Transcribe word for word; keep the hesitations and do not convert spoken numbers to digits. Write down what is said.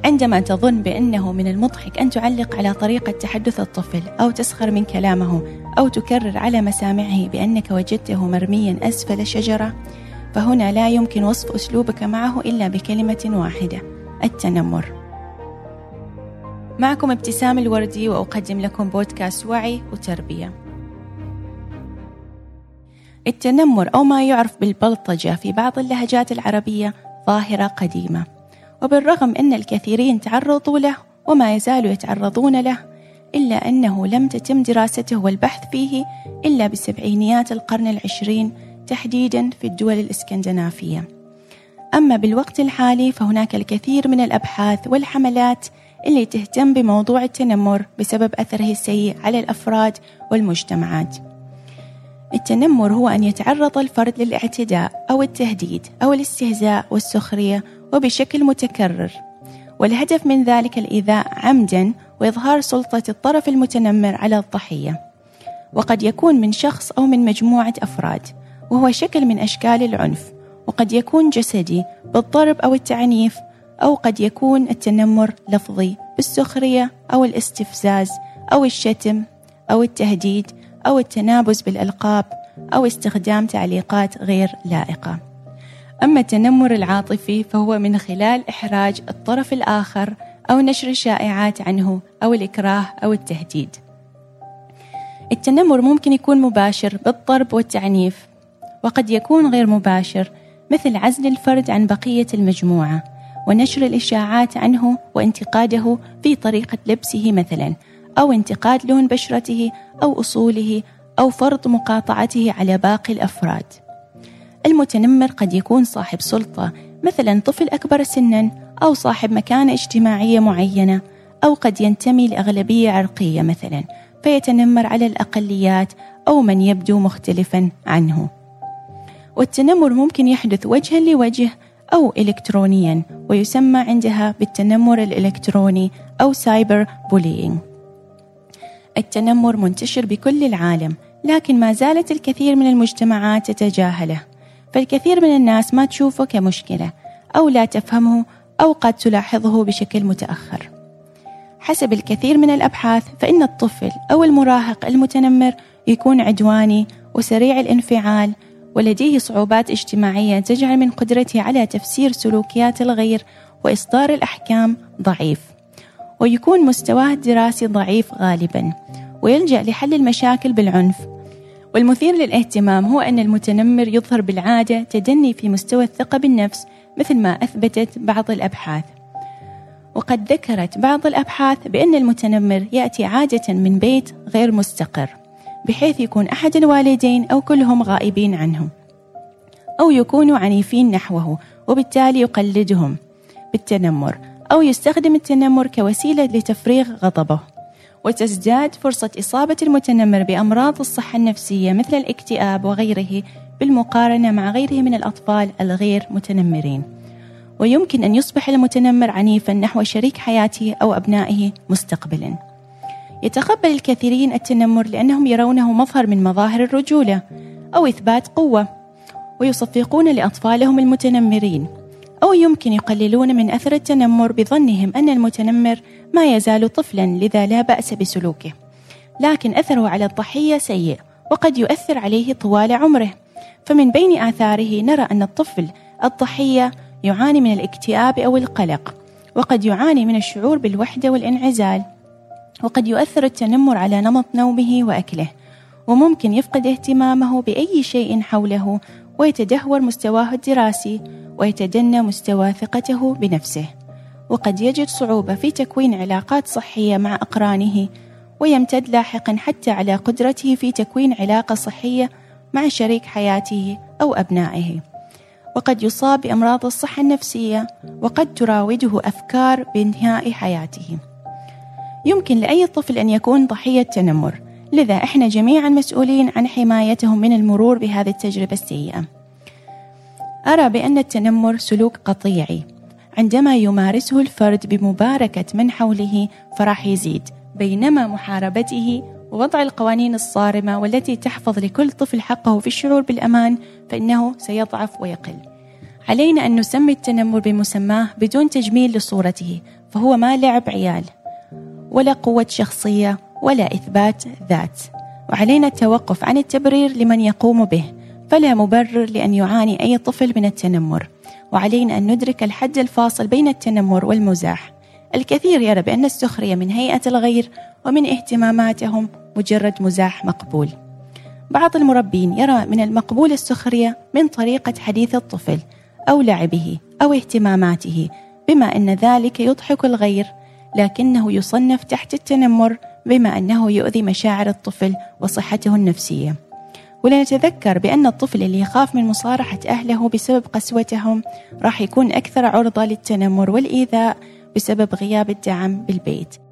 عندما تظن بأنه من المضحك أن تعلق على طريقة تحدث الطفل أو تسخر من كلامه أو تكرر على مسامعه بأنك وجدته مرميا أسفل شجرة، فهنا لا يمكن وصف أسلوبك معه إلا بكلمة واحدة: التنمر. معكم ابتسام الوردي، وأقدم لكم بودكاست وعي وتربية. التنمر أو ما يعرف بالبلطجة في بعض اللهجات العربية ظاهرة قديمة، وبالرغم أن الكثيرين تعرضوا له وما يزالوا يتعرضون له، إلا أنه لم تتم دراسته والبحث فيه إلا بسبعينيات القرن العشرين، تحديدا في الدول الإسكندنافية. أما بالوقت الحالي فهناك الكثير من الأبحاث والحملات اللي تهتم بموضوع التنمر بسبب أثره السيء على الأفراد والمجتمعات. التنمر هو أن يتعرض الفرد للاعتداء أو التهديد أو الاستهزاء والسخرية وبشكل متكرر، والهدف من ذلك الإيذاء عمدا وإظهار سلطة الطرف المتنمر على الضحية، وقد يكون من شخص أو من مجموعة أفراد، وهو شكل من أشكال العنف، وقد يكون جسدي بالضرب أو التعنيف، أو قد يكون التنمر لفظي بالسخرية أو الاستفزاز أو الشتم أو التهديد أو التنابز بالألقاب أو استخدام تعليقات غير لائقة. أما التنمر العاطفي فهو من خلال إحراج الطرف الآخر أو نشر شائعات عنه أو الإكراه أو التهديد. التنمر ممكن يكون مباشر بالضرب والتعنيف، وقد يكون غير مباشر مثل عزل الفرد عن بقية المجموعة ونشر الإشاعات عنه وانتقاده في طريقة لبسه مثلا، أو انتقاد لون بشرته أو أصوله، أو فرض مقاطعته على باقي الأفراد. المتنمر قد يكون صاحب سلطة، مثلا طفل أكبر سنا أو صاحب مكانة اجتماعية معينة، أو قد ينتمي لأغلبية عرقية مثلا فيتنمر على الأقليات أو من يبدو مختلفا عنه. والتنمر ممكن يحدث وجها لوجه أو إلكترونيا، ويسمى عندها بالتنمر الإلكتروني أو سايبر بولينج. التنمر منتشر بكل العالم، لكن ما زالت الكثير من المجتمعات تتجاهله، فالكثير من الناس ما تشوفه كمشكلة أو لا تفهمه، أو قد تلاحظه بشكل متأخر. حسب الكثير من الأبحاث فإن الطفل أو المراهق المتنمر يكون عدواني وسريع الانفعال، ولديه صعوبات اجتماعية تجعل من قدرته على تفسير سلوكيات الغير وإصدار الأحكام ضعيف، ويكون مستواه الدراسي ضعيف غالبا، ويلجأ لحل المشاكل بالعنف. والمثير للاهتمام هو أن المتنمر يظهر بالعادة تدني في مستوى الثقة بالنفس، مثل ما أثبتت بعض الأبحاث. وقد ذكرت بعض الأبحاث بأن المتنمر يأتي عادة من بيت غير مستقر، بحيث يكون أحد الوالدين أو كلهم غائبين عنه، أو يكونوا عنيفين نحوه وبالتالي يقلدهم بالتنمر، أو يستخدم التنمر كوسيلة لتفريغ غضبه. وتزداد فرصة إصابة المتنمر بأمراض الصحة النفسية مثل الاكتئاب وغيره بالمقارنة مع غيره من الأطفال الغير متنمرين. ويمكن أن يصبح المتنمر عنيفا نحو شريك حياته أو أبنائه مستقبلا. يتقبل الكثيرين التنمر لأنهم يرونه مظهر من مظاهر الرجولة أو إثبات قوة، ويصفقون لأطفالهم المتنمرين، أو يمكن يقللون من أثر التنمر بظنهم أن المتنمر ما يزال طفلا لذا لا بأس بسلوكه، لكن أثره على الضحية سيء وقد يؤثر عليه طوال عمره. فمن بين آثاره نرى أن الطفل الضحية يعاني من الاكتئاب أو القلق، وقد يعاني من الشعور بالوحدة والانعزال، وقد يؤثر التنمر على نمط نومه وأكله، وممكن يفقد اهتمامه بأي شيء حوله، ويتدهور مستواه الدراسي، ويتدنى مستوى ثقته بنفسه، وقد يجد صعوبة في تكوين علاقات صحية مع أقرانه، ويمتد لاحقا حتى على قدرته في تكوين علاقة صحية مع شريك حياته أو أبنائه. وقد يصاب بأمراض الصحة النفسية، وقد تراوده أفكار بانتهاء حياته. يمكن لأي طفل أن يكون ضحية تنمر، لذا إحنا جميعا مسؤولين عن حمايتهم من المرور بهذه التجربة السيئة. أرى بأن التنمر سلوك قطيعي، عندما يمارسه الفرد بمباركة من حوله فراح يزيد، بينما محاربته ووضع القوانين الصارمة والتي تحفظ لكل طفل حقه في الشعور بالأمان فإنه سيضعف ويقل. علينا أن نسمي التنمر بمسماه بدون تجميل لصورته، فهو ما لعب عيال ولا قوة شخصية ولا إثبات ذات، وعلينا التوقف عن التبرير لمن يقوم به، فلا مبرر لأن يعاني أي طفل من التنمر، وعلينا أن ندرك الحد الفاصل بين التنمر والمزاح. الكثير يرى بأن السخرية من هيئة الغير ومن اهتماماتهم مجرد مزاح مقبول. بعض المربين يرى من المقبول السخرية من طريقة حديث الطفل أو لعبه أو اهتماماته، بما أن ذلك يضحك الغير، لكنه يصنف تحت التنمر بما أنه يؤذي مشاعر الطفل وصحته النفسية. ولنتذكر بأن الطفل اللي يخاف من مصارحة أهله بسبب قسوتهم راح يكون أكثر عرضة للتنمر والإيذاء بسبب غياب الدعم بالبيت.